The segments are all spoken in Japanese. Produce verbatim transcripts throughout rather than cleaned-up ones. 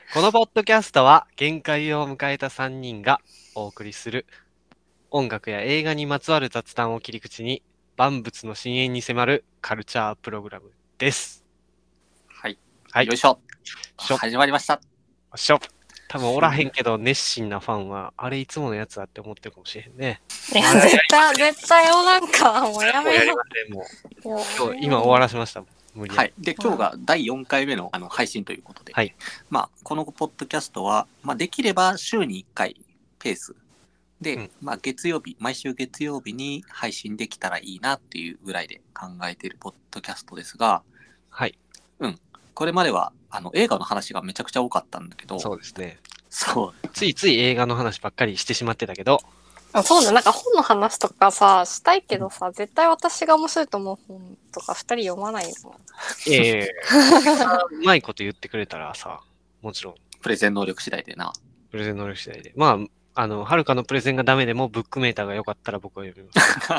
このポッドキャストは限界を迎えたさんにんがお送りする音楽や映画にまつわる雑談を切り口に万物の深淵に迫るカルチャープログラムです。 はい。 はい。 よいしょ。 しょ。 始まりました。 しょ。多分おらへんけど熱心なファンはあれいつものやつだって思ってるかもしれへんね。 いや、絶対、絶対おらんか。もうやめよもうやりません、もう。 う。 今日、今終わらせましたもん。無理やり。 はい。で、今日がだいよんかいめのあの配信ということで、 はい。 まあ、このポッドキャストは、まあ、できれば週にいっかいペースで、 うんまあ、月曜日、毎週月曜日に配信できたらいいなっていうぐらいで考えているポッドキャストですが、 はい。 これまではあの映画の話がめちゃくちゃ多かったんだけど、 そうですね。 そうついつい映画の話ばっかりしてしまってたけど、 あ、そうだ、なんか本の話とかさ、したいけどさ、絶対私が面白いと思う本とか二人読まないの。 ええうまいこと言ってくれたらさ、もちろん、 プレゼン能力次第でな。 プレゼン能力次第で。まあ、あの、はるかのプレゼンがダメでも、ブックメーターが良かったら僕は読みます。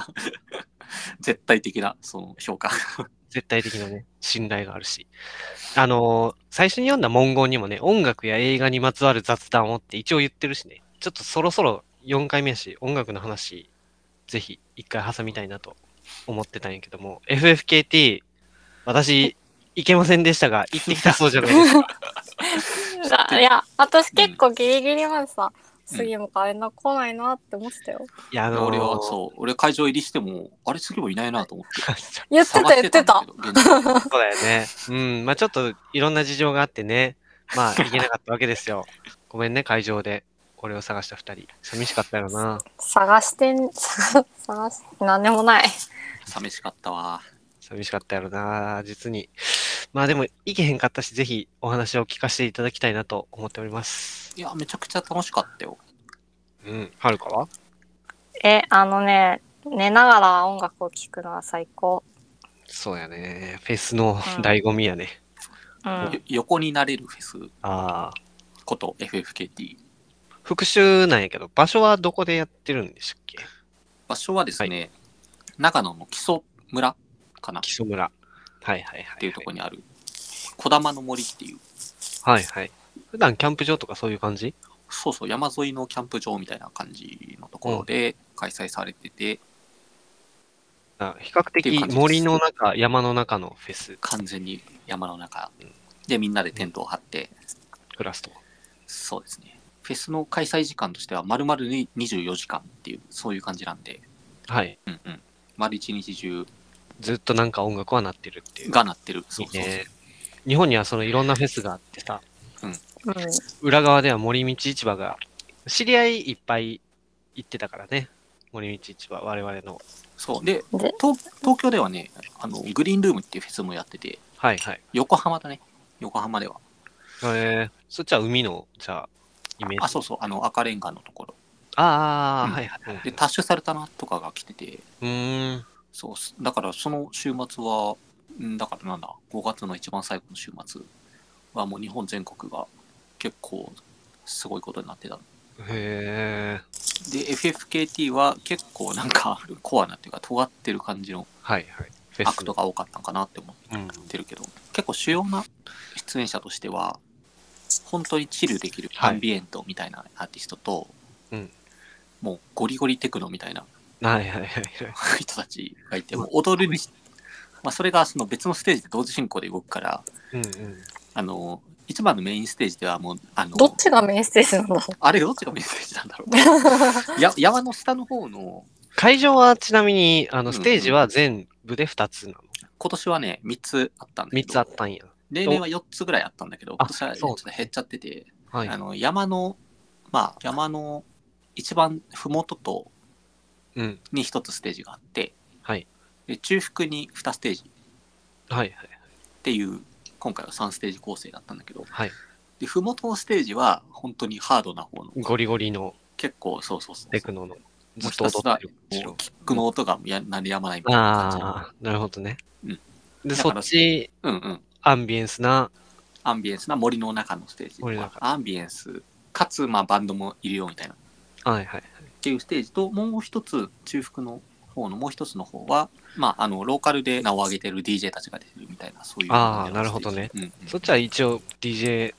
絶対的なその評価。 絶対的なね、信頼があるし。あのー最初に読んだ文言にもね、音楽や映画にまつわる雑談をって一応言ってるしね、ちょっとそろそろよんかいめやし、音楽の話、ぜひ一回挟みたいなと思ってたんやけども、エフエフケーティー、私、行けませんでしたが、行ってきたそうじゃないですか。 いや、私結構ギリギリまでさ、 うん次も連絡来ないなって思ってたよ。 いや、あのー、 俺はそう、俺会場入りしても、あれ次もいないなと思って。 言ってた、 探し言ってたんだけ。ど現状でそうだよね。うん、まあちょっといろんな事情があってね、まあ行けなかったわけですよ。ごめんね、会場で。俺を探した二人。寂しかったよな。 探してん、探探し、なんでもない。 寂しかったわ。 寂しかったやろな、実に。まあでも、行けへんかったし、ぜひお話を聞かせていただきたいなと思っております。 いや、めちゃくちゃ楽しかったよ。 うん。はるかはえ、あのね、寝ながら音楽を聴くのは最高。 そうやね。フェスのうん醍醐味やね。 うんよ。横になれるフェスああ。 こと エフエフケーティー。 復習なんやけど、場所はどこでやってるんでしたっけ？ 場所はですね、長野の木曽村かなっ木曽村。はいはいはい。 ていうところにある、小玉の森っていう、 はいはい。普段キャンプ場とかそういう感じ？ そうそう、山沿いのキャンプ場みたいな感じのところで開催されてて、 あ比較っていう的感じです森の中、山の中のフェス完全に山の中でみんなでテントを張って、 クラスと。 そうですね。フェスの開催時間としては丸々ににじゅうよじかんっていう、そういう感じなんで、 はい。 うんうん。丸一日中ずっとなんか音楽は鳴ってるっていう。 が鳴ってる。そうそうそう。 ね日本にはそのいろんなフェスがあってさ、 うん。 裏側では森道市場が、知り合いいっぱい行ってたからね。森道市場、我々の。 そうでで、 東、東京ではね、あのグリーンルームっていうフェスもやってて、 はいはい。 横浜だね。横浜では。 えー、そっちは海の、じゃあ、イメージ。 あ、そうそう、あの赤レンガのところ。 ああ、 うんはいはいはい。 で、タッシュされたなとかが来てて、 うーん。 そうっす、だからその週末は、んだからなんだ、ごがつの一番最後の週末はもう日本全国が結構すごいことになってた。 へえ。 で、エフエフケーティー は結構なんかコアなっていうか尖ってる感じのはいはい。フェスアクトが多かったのかなって思うん。 ってるけど、結構主要な出演者としては、本当にチルできるはいアンビエントみたいなアーティストと、 うんもうゴリゴリテクノみたいなはいはいはいはい。 人たちがいて、もう踊るに、まあ、それがその別のステージで同時進行で動くから、 うんうん。 あの、一番のメインステージではもう、あの、 どっちがメインステージなんだろあれどっちがメインステージなんだろう。や山の下の方の、 会場はちなみに、あの、 うんうんステージは全部でふたつなの。 今年はね、みっつあったんだけみっど、 つあったんや。 例年はよっつぐらいあったんだけど、 あ今年はちそうょっと減っちゃってて、 はい。 あの山の、まあ、山の一番ふもととうん。 にひとつステージがあって、 はい。 で中腹ににステージっはいはいていう、今回はさんステージ構成だったんだけど、 はい。 でふもとのステージは本当にハードな方の、 ゴリゴリの結構そうそうそうテクノの。 もずっうひたすらと踊ってる。 こうキックの音がや鳴りやまないみたいな感じの、 ああ、なるほどね。 うんで、そだからっち、 うんうん、 アンビエンスな、 アンビエンスな森の中のステージ、 森の中アンビエンスかつまあバンドもいるよみたいなっはいはい。 ていうステージと、もう一つ中腹の方のもう一つの方は、まあ、あのローカルで名を上げてる ディージェー たちが出てるみたいな、そういうああ、なるほどね。 うんうん、 そっちは一応 ディージェー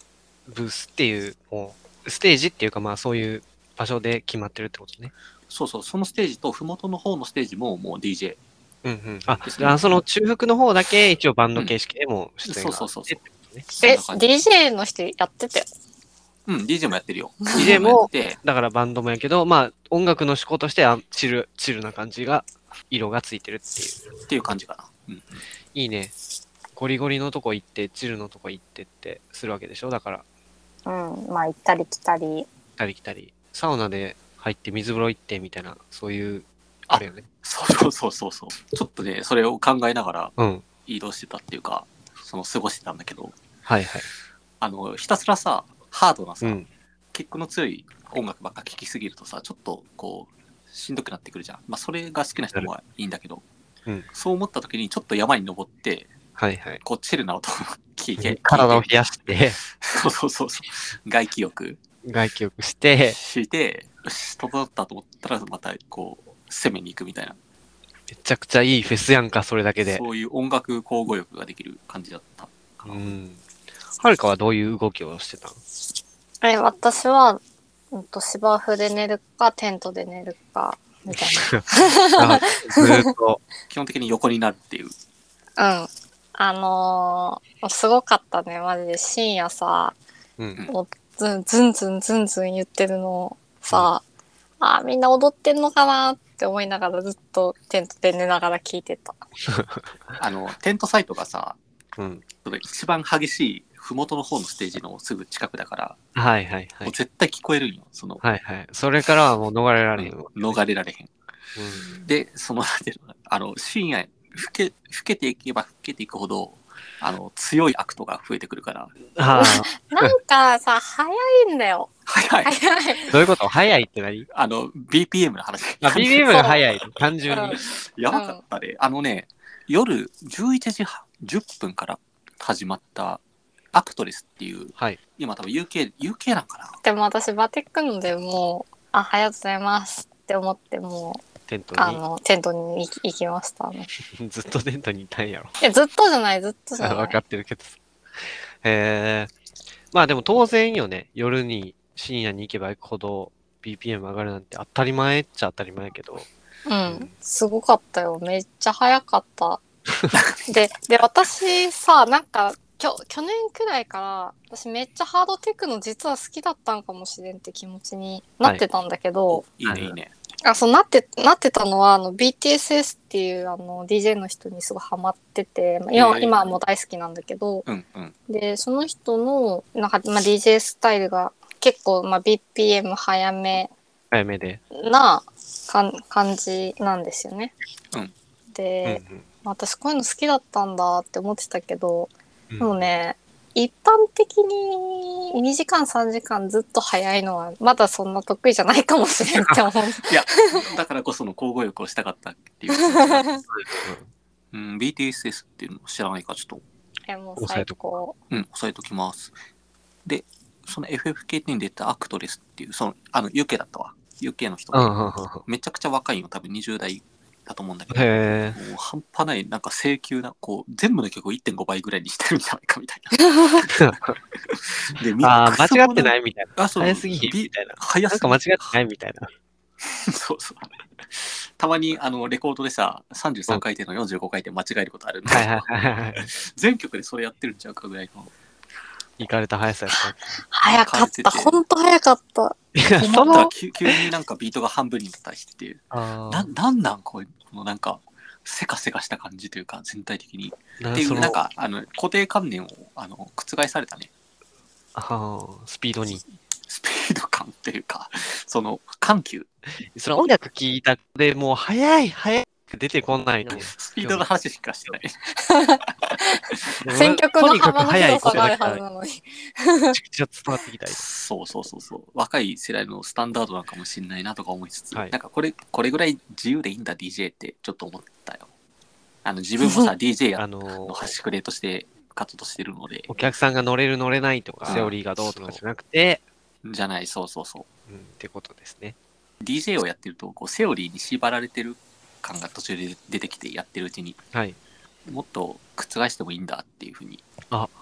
ブースっていう、もう、ステージっていうか、まあそういう場所で決まってるってことね。 そうそう、そのステージと麓の方のステージももう ディージェー。 うんうん。あ、 ですじゃあその中腹の方だけ一応バンド形式でも出演そうがあってそうそうそう。 ってことね。 え、 そんな感じ。 ディージェー の人やってたよ。 うん、ディージェー もやってるよ。 ディージェー もやってだからバンドもやけど、まあ音楽の趣向としてはチル、チルな感じが、色がついてるっていう。 っていう感じかな。うん。 いいね。ゴリゴリのとこ行って、チルのとこ行ってってするわけでしょだから、 うん。まあ、行ったり来たり。 来たり来たり、サウナで入って水風呂行ってみたいな、そういう、あるよね。 そうそうそうそう。ちょっとね、それを考えながらうん。 移動してたっていうか、その過ごしてたんだけど、 はいはい。 あの、ひたすらさ、ハードなさ、 うん。 キックの強い音楽ばっか聴きすぎるとさ、ちょっとこう、しんどくなってくるじゃん。まあ、それが好きな人もいいんだけど、 うん。 そう思った時にちょっと山に登って、 はいはい。 こう、チルな音を聞いて、聞いて体を冷やして、 そうそうそうそう、外気浴外気浴して、 して、よし、整ったと思ったら、またこう、攻めに行くみたいな、 めちゃくちゃいいフェスやんか、それだけで。 そういう音楽交互浴ができる感じだったかな。 うん。はるかはどういう動きをしてたのえ、私は、うんと、芝生で寝るか、テントで寝るか、みたいあずーっと。 基本的に横になるっていう。 な。うん。あのー、すごかったね、マジで。深夜さ、 うん。 もうずんずんずんずんずん言ってるのをさ、あーみんな踊ってんのかなって思いながらずっとテントで寝ながら聞いてた。 あの、テントサイトがさ、 うん。 その一番激しい麓の方のステージのすぐ近くだから、 はいはいはい。 もう絶対聞こえるんよ。その、 はいはい。それからはもう逃れられへんわ。 うん逃れられへん。 うん。 で、その、なんていうのあの、深夜、ふけ、ふけていけばふけていくほど、あの、強いアクトが増えてくるから、 あなんかさ、早いんだよ。 早い。 早い。 あ、どういうこと早いって何あの、ビーピーエム の話。 あ、ビービーエム が早い。単純に。 やばかったね。あのね、夜じゅういちじはん、じゅっぷんから始まったアクトレスっていう、 はい。 今多分 ユーケー、ユーケー なんかなでも私バティックのでもう、あ、ありがとうございますって思ってもう、 テントに。 あの、テントに行き行きましたね。 ずっとテントにいたんやろ。 いや、ずっとじゃない、ずっとじゃない。 分かってるけど。へえ。まあでも当然よね。夜に深夜に行けば行くほど ビーピーエム 上がるなんて当たり前っちゃ当たり前やけど。 うん、すごかったよ。めっちゃ早かった。で、で、私さ、なんか、きょ去年くらいから、私めっちゃハードテクノ実は好きだったんかもしれんって気持ちになってたんだけど、 いいね、いいね。 あ、そうなって、なってたのは、あの、ビーティーエスエス っていう、あの、ディージェー の人にすごいハマってて、まあ今、 へー今はもう大好きなんだけど、 うんうん。 で、その人の、なんか、まあ、ディージェー スタイルが結構、まあ、ビーピーエム 早め早めで。 なかん感じなんですよね。 うんで、 うん私こういうの好きだったんだって思ってたけど、 うん。 でもね、一般的ににじかんさんじかんずっと早いのはまだそんな得意じゃないかもしれんって思う。 いや、だからこその交互浴をしたかったっていう気持ちが。うん、ビーティーエスエス っていうの知らないかちょっと、 いやもう最高。 うん、押さえときます。で、その エフエフケーティー に出たアクトレスっていう、その、あの、ユーケー だったわ。ユーケー の人で、 うんうんうんめちゃくちゃ若いよ。多分にじゅう代だと思うんだけど、 へえ。 もう半端ない、なんか請求な、こう、全部の曲をいってんごばいぐらいにしてるんじゃないかみたいな。で、ミああ、 ックスも間違ってないみたいな。 あ、そう。 早すぎビみたいな。 早すぎなんか間違ってないみたいな。 そうそう。たまに、あの、レコードでさ、さんじゅうさんかいてんのよんじゅうごかいてん間違えることあるんだけど、 はいはいはいはい。 全曲でそれやってるんちゃうかぐらいの。 行かれた速さやった。 早かった。ほんと早かった。 いや、そ思ったらの、 急急になんかビートが半分になったりしてて、な、 あーなんなんこういう、このなんか、せかせかした感じというか、全体的に。っていう、 なそのなんか、あの、固定観念を、あの、覆されたね。 あースピードに。 スピード感っていうか、その、緩急。 その音楽聴いたでもう早い早いって出てこないの。 スピードの話しかしてない。 選曲の幅の広さがあるははずなのに。 めちゃくちゃ伝わってきたり。 そうそうそうそう。若い世代のスタンダードなのかもしれないなとか思いつつ、 はいなんかこれ、これぐらい自由でいいんだ ディージェー ってちょっと思ったよ。あの、自分もさ、ディージェー やあのの端くれとして活動してるので、 お客さんが乗れる乗れないとか、 うんセオリーがどうとかじゃなくて、 じゃない、そうそうそう。 うん、ってことですね。 ディージェー をやってると、こう、セオリーに縛られてる感が途中で出てきてやってるうちに、 はい。 もっと覆してもいいんだっていうふうにあ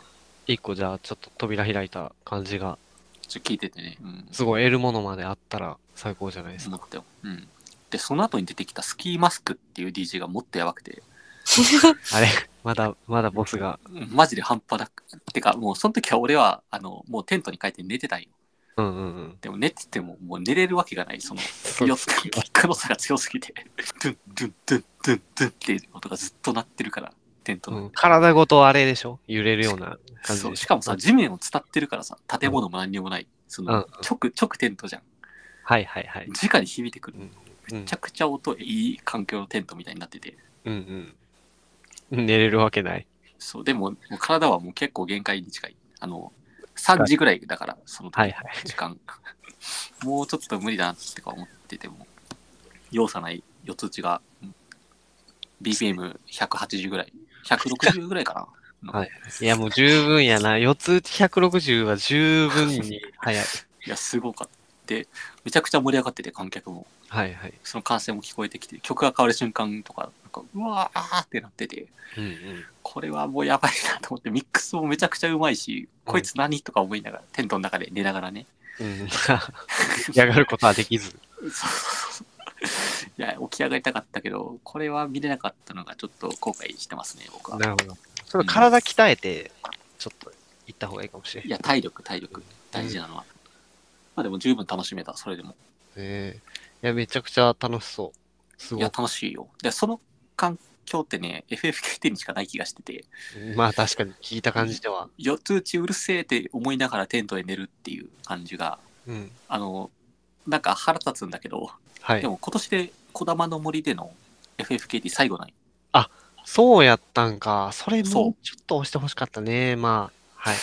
一個じゃあちょっと扉開いた感じが、 ちょっと聞いててね、うん、 すごい得るものまであったら最高じゃないですか。 思ったよ。うん。で、その後に出てきたスキーマスクっていう ディージェー がもっとやばくて、 あれまだ、まだボスが。 マジで半端なく。てか、もうその時は俺は、あの、もうテントに帰って寝てたんよ。 うんうんうん。 でも寝ててももう寝れるわけがない、その、 そう四つキックの差が強すぎて、ドゥンドゥンドゥンドゥンドゥンっていう音がずっと鳴ってるから、テントの。 うん、体ごとあれでしょ揺れるような感じそう、 でしょ。 しかもさ、地面を伝ってるからさ、建物も何にもない。その、 うんうん直、直テントじゃん。 はいはいはい。 直に響いてくる。 うんめちゃくちゃ音いい環境のテントみたいになってて。 うんうん。寝れるわけない。 そう、でも、もう体はもう結構限界に近い。あの、さんじぐらいだから、その時はいはい。 時間。もうちょっと無理だなってか思ってても、容赦ない四つ打ちが、うん ビーピーエムひゃくはちじゅう ぐらい、ひゃくろくじゅうぐらいかな。 はい。いやもう十分やな。四つ打ちひゃくろくじゅうは十分に速い。 いや、すごかった。で、めちゃくちゃ盛り上がってて、観客も。 はいはい。 その歓声も聞こえてきて、曲が変わる瞬間とか、なんか、うわーってなってて、 うんうん。 これはもうやばいなと思って、ミックスもめちゃくちゃうまいし、 うんこいつ何とか思いながら、テントの中で寝ながらね。 うん。嫌がることはできず。 そうそうそう。いや、起き上がりたかったけど、これは見れなかったのがちょっと後悔してますね、僕は。 なるほど。それ体鍛えて、ちょっと行った方がいいかもしれない。 いや、体力、体力、大事なのは。まあでも十分楽しめた、それでも。 ええいや、めちゃくちゃ楽しそう。すいや、 ごい。 楽しいよ。で、その環境ってね、エフエフケーティー にしかない気がしてて、 まあ確かに聞いた感じでは。 四つ打ちうるせえって思いながらテントで寝るっていう感じが、 うん。 あの、なんか腹立つんだけど、 はいで。も今年で小玉の森での エフエフケーティー 最後ない。 そうやったんか。それそうもうちょっと押してほしかったね。まあ、はい。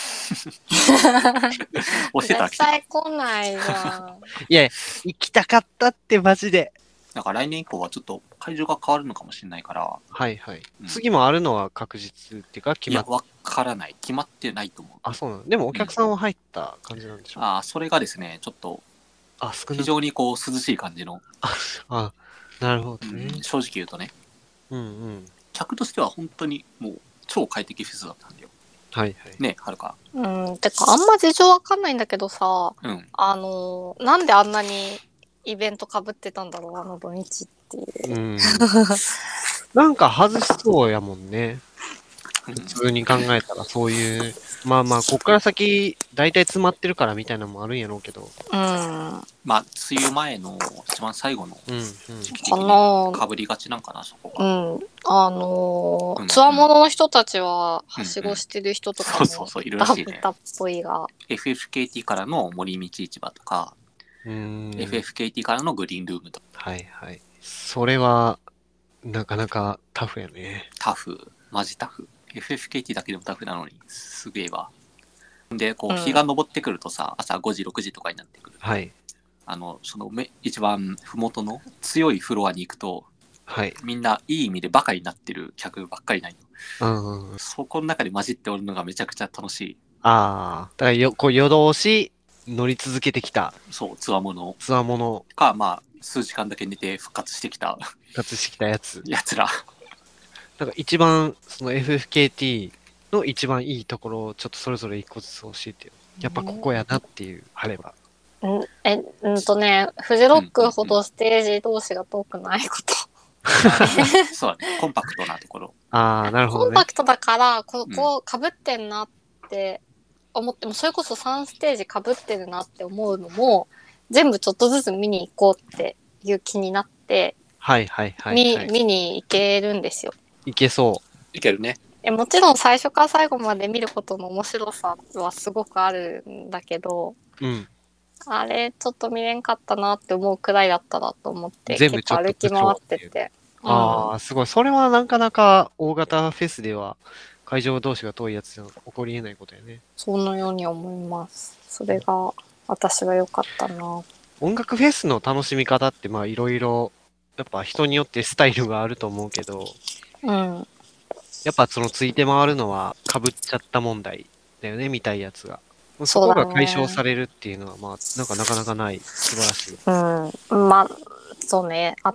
押してたら来てた。 絶対来ないじゃん。 いや、行きたかったってマジで。 なんか来年以降はちょっと会場が変わるのかもしれないから、 はいはい。 うん次もあるのは確実っていうか決まっ、 いやわからない。決まってないと思う。 あ、そうなの。でもお客さんは入った感じなんでしょう。 ああ、それがですね、ちょっとあ、少な非常にこう涼しい感じの、 あ、なるほどうねん。正直言うとね、 うんうん。 客としては本当にもう超快適フェスだったんだよ。 はいはい。 ね、はるか。 うん、てかあんま事情わかんないんだけどさ、 うん。 あのーなんであんなにイベントかぶってたんだろう、あの土日っていう。 うん。なんか外しそうやもんね。 うん普通に考えたらそういう、まあまあ、こっから先、大体詰まってるからみたいなのもあるんやろうけど。 うん。 まあ、梅雨前の一番最後のうんうん。 か時期的になかぶりがちなんかな、そこうが。 ん。あのーうんつわものの人たちは、はしごしてる人とかもそうそうそう、いるらしいねいたい。たっぽいが。 エフエフケーティー からの森道市場とか、 うーんエフエフケーティー からのグリーンルームとか、 はいはい。それは、なかなかタフやね。 タフ、マジタフ。エフエフケーティー だけでもタフなのに、すげえわ。で、こう、 うん日が昇ってくるとさ、朝ごじ、ろくじとかになってくる。 はい。 あの、そのめ、一番麓の強いフロアに行くと、 はい。 みんないい意味でバカになってる客ばっかりないの。 うんうん。 そこの中で混じっておるのがめちゃくちゃ楽しい。 ああ。だからよ、こう夜通し乗り続けてきたそう、つわものつわものか、まあ、数時間だけ寝て復活してきた復活してきたやつ。 やつら。 なんか一番、その エフエフケーティー の一番いいところをちょっとそれぞれ一個ずつ教えてよ。やっぱここやなっていう、あれば。 んえ、うんとね、フジロックほどステージ同士が遠くないこと。 そうだね、コンパクトなところ。 ああ、なるほどねコンパ。クトだから、ここかぶってんなって思っても、それこそさんステージかぶってるなって思うのも、全部ちょっとずつ見に行こうっていう気になって、 はいはいはい、 見はい。 見に行けるんですよ。 いけそいけるね。 えもちろん最初から最後まで見ることの面白さはすごくあるんだけど、 う。うん。 あれちょっと見れんかったなって思うくらいだったなと思って全部結構歩き回ってて。 ああ、すごい。それはなかなか大型フェスでは会場同士が遠いやつじゃ起こり得ないことやね。 そのように思います。それが私は良かったな。 音楽フェスの楽しみ方ってまあいろいろ、やっぱ人によってスタイルがあると思うけど、 うん。 やっぱそのついて回るのは被っちゃった問題だよね、見たいやつが。そそうだねこが解消されるっていうのは、まあ、なんかなかなかない素晴らしい。 うん。まあ、そうね。あとは、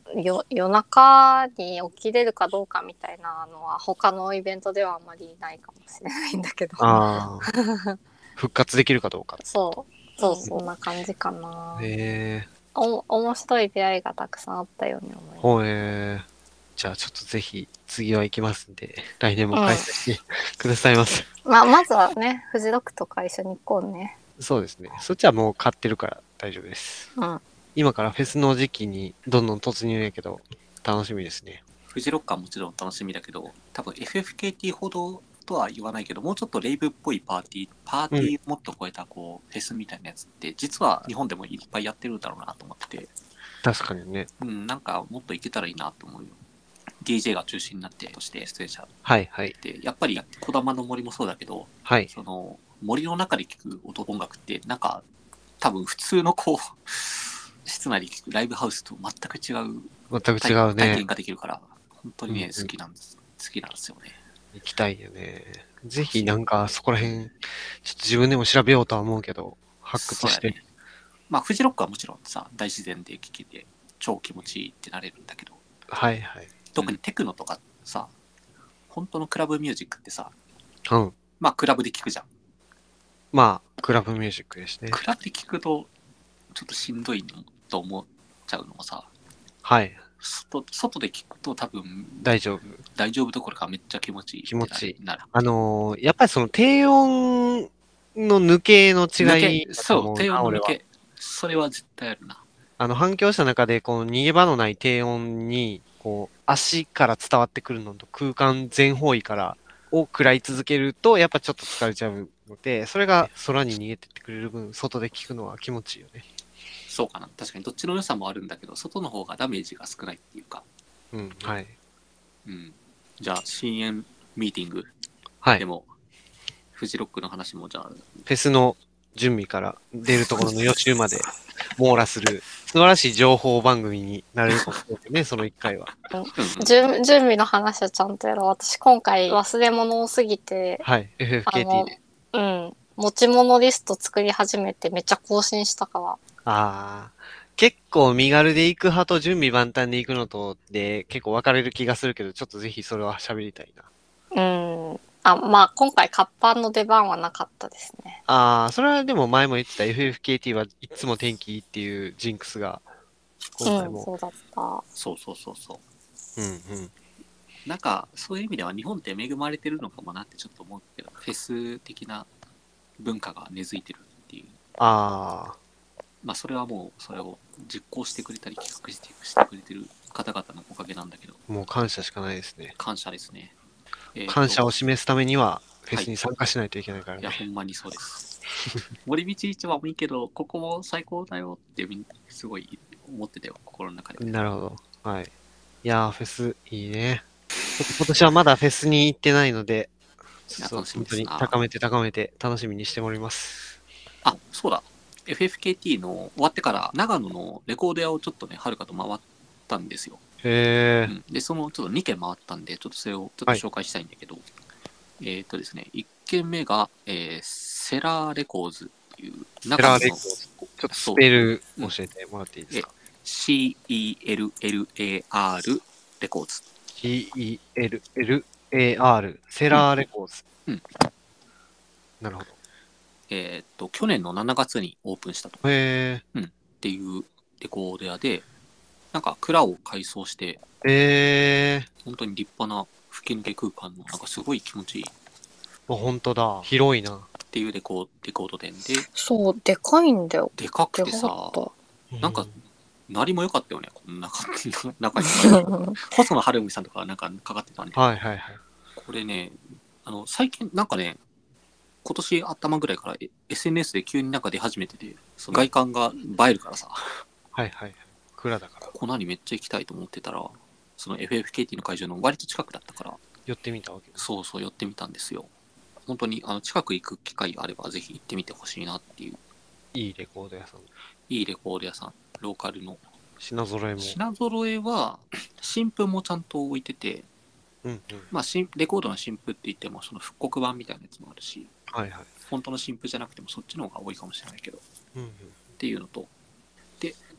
よ夜中に起きれるかどうかみたいなのは他のイベントではあんまりないかもしれないんだけど。 ああ。復活できるかどうか。 そうそう、そんな感じかな。 へえ。 お面白い出会いがたくさんあったように思います。 ほえー。じゃあちょっとぜひ次は行きますんで、来年も開催してくださいませ。 まあまずはね、フジロックとか一緒に行こうね。 そうですね。そっちはもう買ってるから大丈夫です。 うん。 今からフェスの時期にどんどん突入やけど、楽しみですね。 フジロックはもちろん楽しみだけど、多分 エフエフケーティー ほどとは言わないけど、もうちょっとレイブっぽいパーティー、パーティーもっと超えたこう、フェスみたいなやつって、実は日本でもいっぱいやってるんだろうなと思ってて、 確かにね。 うん、なんかもっといけたらいいなと思うよ。ディージェー が中心になってとして出演者はいはい。 で、やっぱり児玉の森もそうだけど、 はい。 その森の中で聴く音音楽ってなんか多分普通のこう室内で聴くライブハウスと全く違う全く違うね体験。ができるから本当にね、 うんうん好きなんです好きなんですよね。 行きたいよね。ぜひなんかそこら辺、ちょっと自分でも調べようとは思うけど、発掘して。 そうやね。まあフジロックはもちろんさ大自然で聴けて超気持ちいいってなれるんだけど、 はいはい。 特にテクノとかさ、本当のクラブミュージックってさ、 うん。 まあクラブで聴くじゃん。 まあ、クラブミュージックですね。 クラブで聴くとちょっとしんどいのと思っちゃうのもさ、 はい。 外外で聞くと多分大丈夫。 大丈夫どころかめっちゃ気持ちいい気持ちいいなる。 あのーやっぱりその低音の抜けの違いだとそう、 思うな、 低音の俺は。 抜け。それは絶対あるな。 あの、反響した中で、この逃げ場のない低音に、こう、足から伝わってくるのと空間全方位からを食らい続けると、やっぱちょっと疲れちゃうので、それが空に逃げてってくれる分、外で聞くのは気持ちいいよね。 そうかな。確かにどっちの良さもあるんだけど、外の方がダメージが少ないっていうか。 うん、はい。 うん。じゃあ、深淵ミーティングはい。 でも、フジロックの話もじゃあ、 フェスの準備から出るところの予習まで網羅する素晴らしい情報番組になれるかもしれないね、そのいっかいは。 準準備の話はちゃんとやろう。私今回忘れ物多すぎて、 はい、エフエフケーティー で。 うん。持ち物リスト作り始めてめっちゃ更新したから。 ああ。結構身軽で行く派と準備万端で行くのとで結構分かれる気がするけど、ちょっとぜひそれは喋りたいな。 うん。あ、まあ今回活版の出番はなかったですね。 ああ、それはでも前も言ってた エフエフケーティー はいつも天気いいっていうジンクスが今回も。 うん、そうだった。 そうそうそうそう。 うんうん。 なんか、そういう意味では日本って恵まれてるのかもなってちょっと思うけど、フェス的な文化が根付いてるっていう。 ああ。 まあそれはもうそれを実行してくれたり企画してしてくれてる方々のおかげなんだけど、 もう感謝しかないですね。 感謝ですね。えーと感謝を示すためにはフェスに参加しないといけないからね。 いや、ほんまにそうです。森道市場もいいけど、ここも最高だよってみんすごい思ってたよ、心の中で。 なるほど。はい。いやー、フェスいいね。ちょっと今年はまだフェスに行ってないので、ちょっと楽しみ本当ですなに高めて高めて楽しみにしております。 あ、そうだ。エフエフケーティー の終わってから長野のレコード屋をちょっとね、はるかと回ったんですよ。 へー。 うん、で、そのちょっとにけん回ったんで、ちょっとそれをちょっと紹介したいんだけど、えっ、とですね、いっけんめが、えーセラーレコーズっていう、 セラーレコーズ。 ズ。ちょっとスペル教えてもらっていいですか？ シーイーエルエルエーアール レコーズ。 シーイーエルエルエーアール セラーレコーズ。 うん。 なるほど。 えっ、と、去年のしがつにオープンしたと。 へー。 っていうレコード屋で、なんか蔵を改装して、 へー。 本当に立派な吹き抜け空間の、なんかすごい気持ちいいっあ、ほんとだ。広いな。 ていうレコーレコード店で、 そう、でかいんだよ。 でかくでかてさ、 かっなんかう鳴りも良かったよね、この中中に。 た。 細野晴臣さんとかなんかかかってたんで、 はいはいはい。 これね、あの、最近なんかね、今年頭ぐらいから エスエヌエス で急になんか出始めてて、その外観が映えるからさ、 はいはいはい。蔵だから。 ここにめっちゃ行きたいと思ってたら、その エフエフケーティー の会場の割と近くだったから、 寄ってみたわけです。 そうそう寄ってみたんですよ。本当にあの近く行く機会があればぜひ行ってみてほしいなっていう、 いいレコード屋さん。 いいレコード屋さん、ローカルの。 品揃えも。 品揃えは、新譜もちゃんと置いてて、 うんうん。 まあ、新レコードの新譜って言っても、その復刻版みたいなやつもあるし、 はいはい。 本当の新譜じゃなくてもそっちの方が多いかもしれないけど、 うんうん。 っていうのと、で、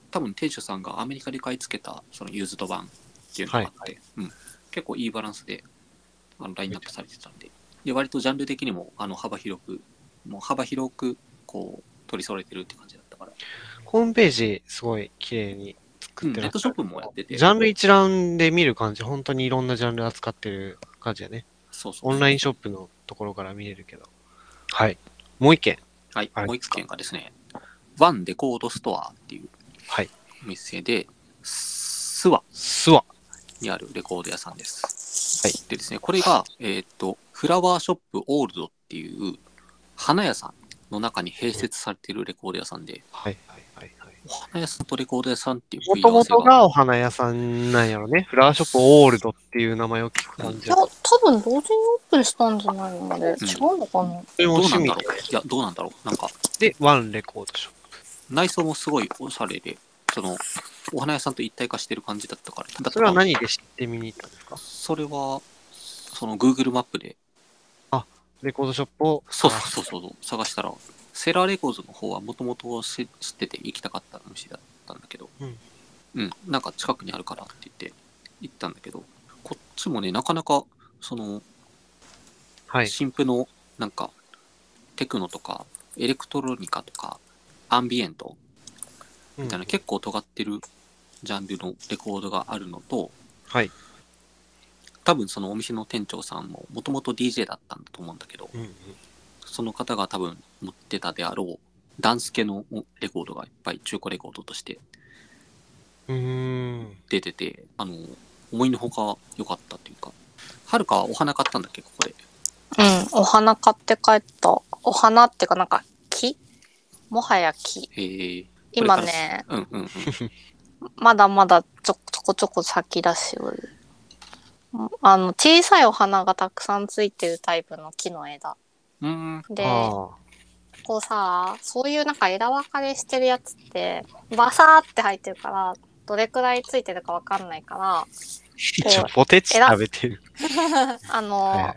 多分店主さんがアメリカで買い付けたそのユーズド版っていうのがあって、はいはい、うん、結構いいバランスであのラインナップされてたんで、で割とジャンル的にもあの幅広くもう幅広くこう取り揃えてるって感じだったから。 ホームページすごい綺麗に作ってる、うん、ネットショップもやってて、 ジャンル一覧で見る感じ、本当にいろんなジャンル扱ってる感じやね。 そうそうそうそう、 オンラインショップのところから見れるけど。はい。もう一件。 はい。もう一件がですね、ワンレコードストアっていうお店で、スワスワにあるレコード屋さんです。はい。でですね、これが、えー、っと、フラワーショップオールドっていう花屋さんの中に併設されているレコード屋さんで、 はいはいはいはい。 お花屋さんとレコード屋さんっていうもともとがお花屋さんなんやろね。フラワーショップオールドっていう名前を聞く感じいや、多分同時にオープンしたんじゃないのあれ、うん、違うのかな。 どうなんだろう。いや、どうなんだろう。なんか。 で、ワンレコードショップ。 内装もすごいおしゃれで、その、お花屋さんと一体化してる感じだったから。だったそれは何で知って見に行ったんですか？ それは、その Google マップで。 あ、レコードショップをそうそうそうそう、探したら、セラーレコードの方はもともと知ってて行きたかったお店だったんだけど、うん、うん、なんか近くにあるからって言って行ったんだけど、こっちもね、なかなか、その、はい、新譜の、なんか、テクノとか、エレクトロニカとか、アンビエントみたいな、うん、結構尖ってるジャンルのレコードがあるのと、 はい。 多分そのお店の店長さんももともと ディージェー だったんだと思うんだけど、うんうん、その方が多分持ってたであろうダンス系のレコードがいっぱい中古レコードとして出てて、あの思いのほか良かったっていうか。はるかはお花買ったんだっけここで。 うん、お花買って帰った。お花っていうかなんか木、もはや木。 へえ。 今ね、 うんうんうん、 まだまだちょちょこちょこ咲き出しをる。あの小さいお花がたくさんついてるタイプの木の枝。 うん、 で、こうさ、そういうなんか枝分かれしてるやつってバサーって入ってるからどれくらいついてるかわかんないから、 ちょポテチ食べてる。 あの、はい、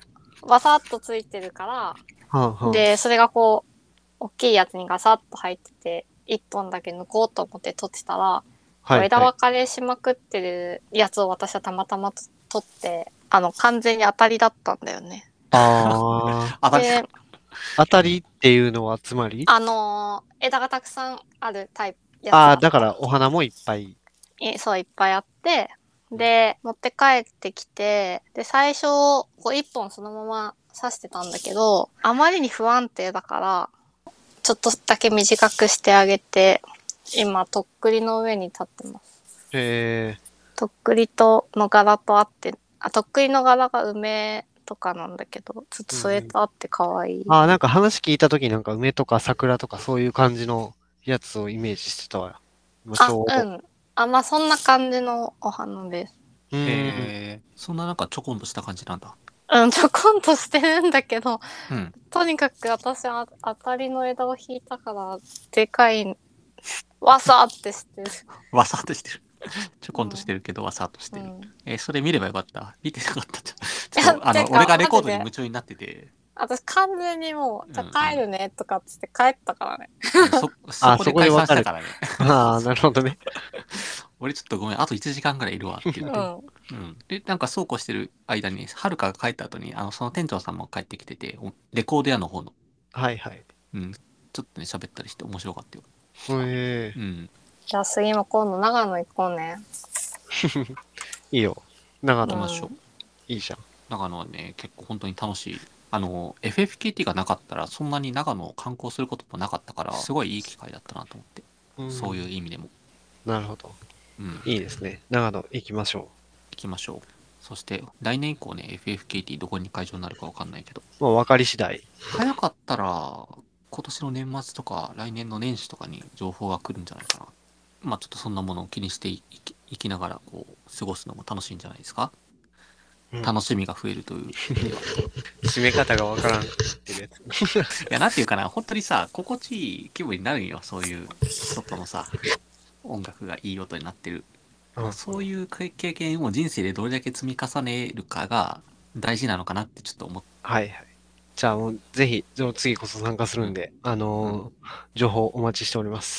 バサッとついてるから、はあはあ、 でそれがこう大きいやつにガサッと入ってていっぽんだけ抜こうと思って取ってたら、はいはい、枝分かれしまくってるやつを私はたまたま取ってあの完全に当たりだったんだよね。 ああ。で当たりっていうのはつまりあのー、枝がたくさんあるタイプやつ。ああ、だからお花もいっぱい。 そう、いっぱいあって、で、持って帰ってきて、で、最初、こう一本そのまま刺してたんだけど、あまりに不安定だから、ちょっとだけ短くしてあげて、今、とっくりの上に立ってます。 へー。 とっくりとの柄とあって、あ、とっくりの柄が梅とかなんだけど、ちょっとそれとあって可愛い。 うん、あ、なんか話聞いたときなんか梅とか桜とかそういう感じのやつをイメージしてたわ。 あ、うん。あ、まあそんな感じのお花です。 へえ。そんななんかちょこんとした感じなんだ。 うん、ちょこんとしてるんだけど、うん、とにかく私は当たりの枝を引いたからでかいわさってしてる。 わさっとしてる。ちょこんとしてるけど、わさっとしてる。うん、えー、それ見ればよかった。見てなかった。ちょっとあの俺がレコードに夢中になってて。 私完全にもう、じゃあ帰るねとかっつって帰ったからね。 うんうん、そ, そこで解散したからね。 ああ、なるほどね。 俺ちょっとごめん、あといちじかんぐらいいるわって言って。うんうん、で、なんかそうこうしてる間に、はるかが帰った後に、あの、その店長さんも帰ってきてて、レコード屋の方の。 はいはい。 うん。ちょっとね、喋ったりして面白かったよ。 へえ。 うん。 じゃあ次も今度長野行こうね。 いいよ。長野行きましょう。 いいじゃん。 長野はね、結構本当に楽しい。あの、エフエフケーティー がなかったら、そんなに長野を観光することもなかったから、すごいいい機会だったなと思って。うん、そういう意味でも。 なるほど。 うん、 いいですね。長野行きましょう。 行きましょう。そして来年以降ね、エフエフケーティー どこに会場になるかわかんないけど。 もう分かり次第。 早かったら、今年の年末とか来年の年始とかに情報が来るんじゃないかな。まあちょっとそんなものを気にしていき、いきながらこう過ごすのも楽しいんじゃないですか。うん、楽しみが増えるという意味では。 締め方がわからんってるやつ。 いや、なんていうかな、本当にさ、心地いい気分になるんよ。そういう外のさ、音楽がいい音になってる。うん、そういう経験を人生でどれだけ積み重ねるかが大事なのかなってちょっと思って。 はいはい。じゃあもうぜひ、次こそ参加するんで、うん、あのーうん、情報お待ちしております。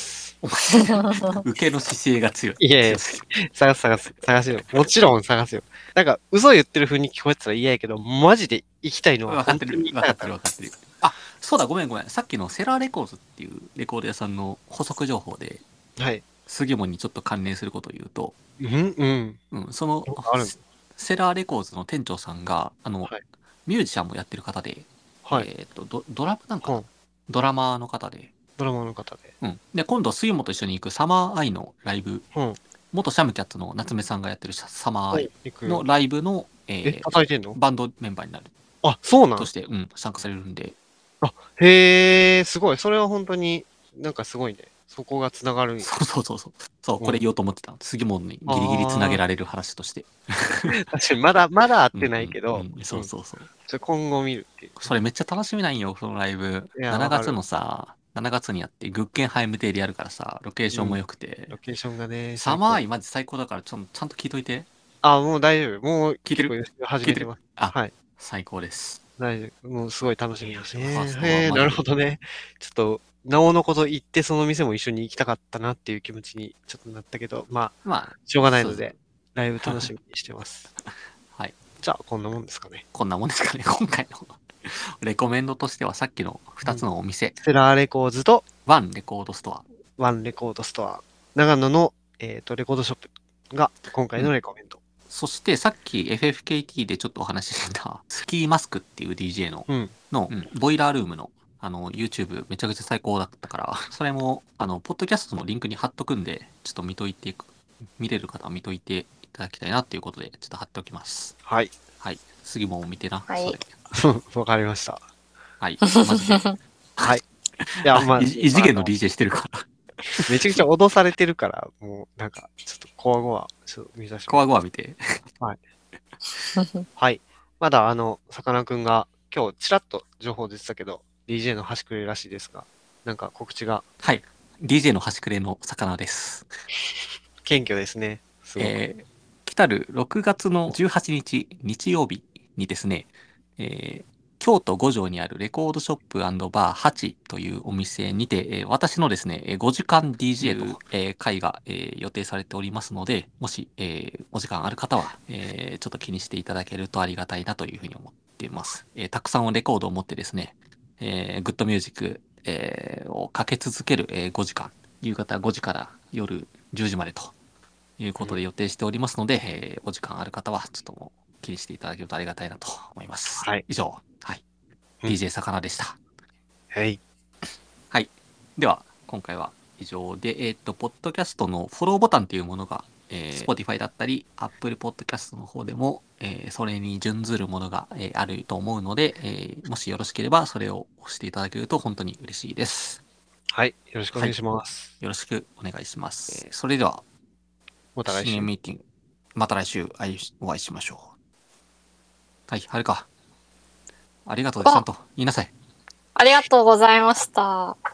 お前受けの姿勢が強い。 いやいや強すぎる探す探す。探すよ。もちろん探すよ。なんか、嘘言ってる風に聞こえてたら嫌やけど、マジで行きたいのは分かってる本当に行き分かってるたかったの。 分かってる。あ、そうだ、ごめんごめん。さっきのセラーレコーズっていうレコード屋さんの補足情報で、 はい。 杉本にちょっと関連することを言うと、 うんうん。 うん、そのあるのセラーレコーズの店長さんが、あの、 はいミュージシャンもやってる方で、 はい。 えっ、とド、ドラムなんかな、 うんドラマーの方で、 ドラマの方で。 うん。で、今度、杉本と一緒に行くサマーアイのライブ、 うん。 元シャムキャッツの夏目さんがやってるサマーアイ行くよ。 のライブの、ええ、 ー叩いてんのバンドメンバーになるあ、そうなんとして、うん、参加されるんで、 へえ、すごい。それは本当に、なんかすごいね。そこがつながるんや。 そうそうそうそう。そう、 うんこれ言おうと思ってた。杉本にギリギリつなげられる話として。 確かに、まだ、まだ会ってないけど、 うんうんうんそうそうそう。 ちょ今後見るっていう。 それめっちゃ楽しみなんよ、そのライブ。 いやしちがつわかるのさ、しちがつにやって、グッケンハイム邸でやるからさ、ロケーションも良くて、 ロケーションがね、 サマーア最高イマジ最高だからちょ、ちゃんと聞いといて。 あ、もう大丈夫。もう聞いてる結構始めてます。 あ、 はい。 最高です。 大丈夫。もうすごい楽しみにしてます。 ファーストはへえ、 マジでなるほどね。ちょっと、なおのこと言ってその店も一緒に行きたかったなっていう気持ちにちょっとなったけど、まあ、 まあ、 しょうがないのそうで、ライブ楽しみにしてます。 はい。 じゃあ、こんなもんですかね。 こんなもんですかね、今回のレコメンドとしてはさっきのふたつのお店、 セラーレコーズとワンレコードストア、 ワンレコードストア、長野の、えー、とレコードショップが今回のレコメンド。 そしてさっき エフエフケーティー でちょっとお話ししたスキーマスクっていう ディージェー の、 うん。 の、うんボイラールームのあの YouTube めちゃくちゃ最高だったから、それもあのポッドキャストのリンクに貼っとくんで、ちょっと見といていく、見れる方は見といていただきたいなっていうことで、ちょっと貼っておきます。 はい。 はい。杉も見てな。 はいそれわかりました。 はい。マジで。 はい。いや、まあ、 あ異異次元のあディージェー してるから。 めちゃくちゃ脅されてるから、もう、なんか、ちょっと、こわごわ、ちょっと見させてコアゴア見て。 はい。まだ、あの、さかなクンが、今日、ちらっと情報出てたけど、ディージェー の端くれらしいですが、なんか告知がはい。ディージェー の端くれの魚です。 謙虚ですね。すごく。 えー来たるろくがつのじゅうはちにち日曜日にですね、えー京都五条にあるレコードショップバーはちというお店にて、えー私のですね、えーごじかん ディージェー と、えー会が、えー予定されておりますので、もし、えーお時間ある方は、えーちょっと気にしていただけるとありがたいなというふうに思っています。えーたくさんレコードを持ってですね、えーグッドミュージック、えーをかけ続ける、えーごじかん、夕方ごじから夜じゅうじまでということで予定しておりますので、えーお時間ある方はちょっともう気にしていただけるとありがたいなと思います。 はい以上、はい。 うんディージェー さかなでした。 はい。 はい。では、今回は以上で、えっ、と、ポッドキャストのフォローボタンというものが、えー Spotify だったり、Apple Podcast の方でも、えーそれに準ずるものが、えーあると思うので、えーもしよろしければそれを押していただけると本当に嬉しいです。 はい。よろしくお願いします。 よろしくお願いします。えーそれでは、 また来週新年。ミーティング、また来週お会いしお会いしましょう。はい、はるか。ありがとうです。ちゃんと言いなさい。 ありがとうございました。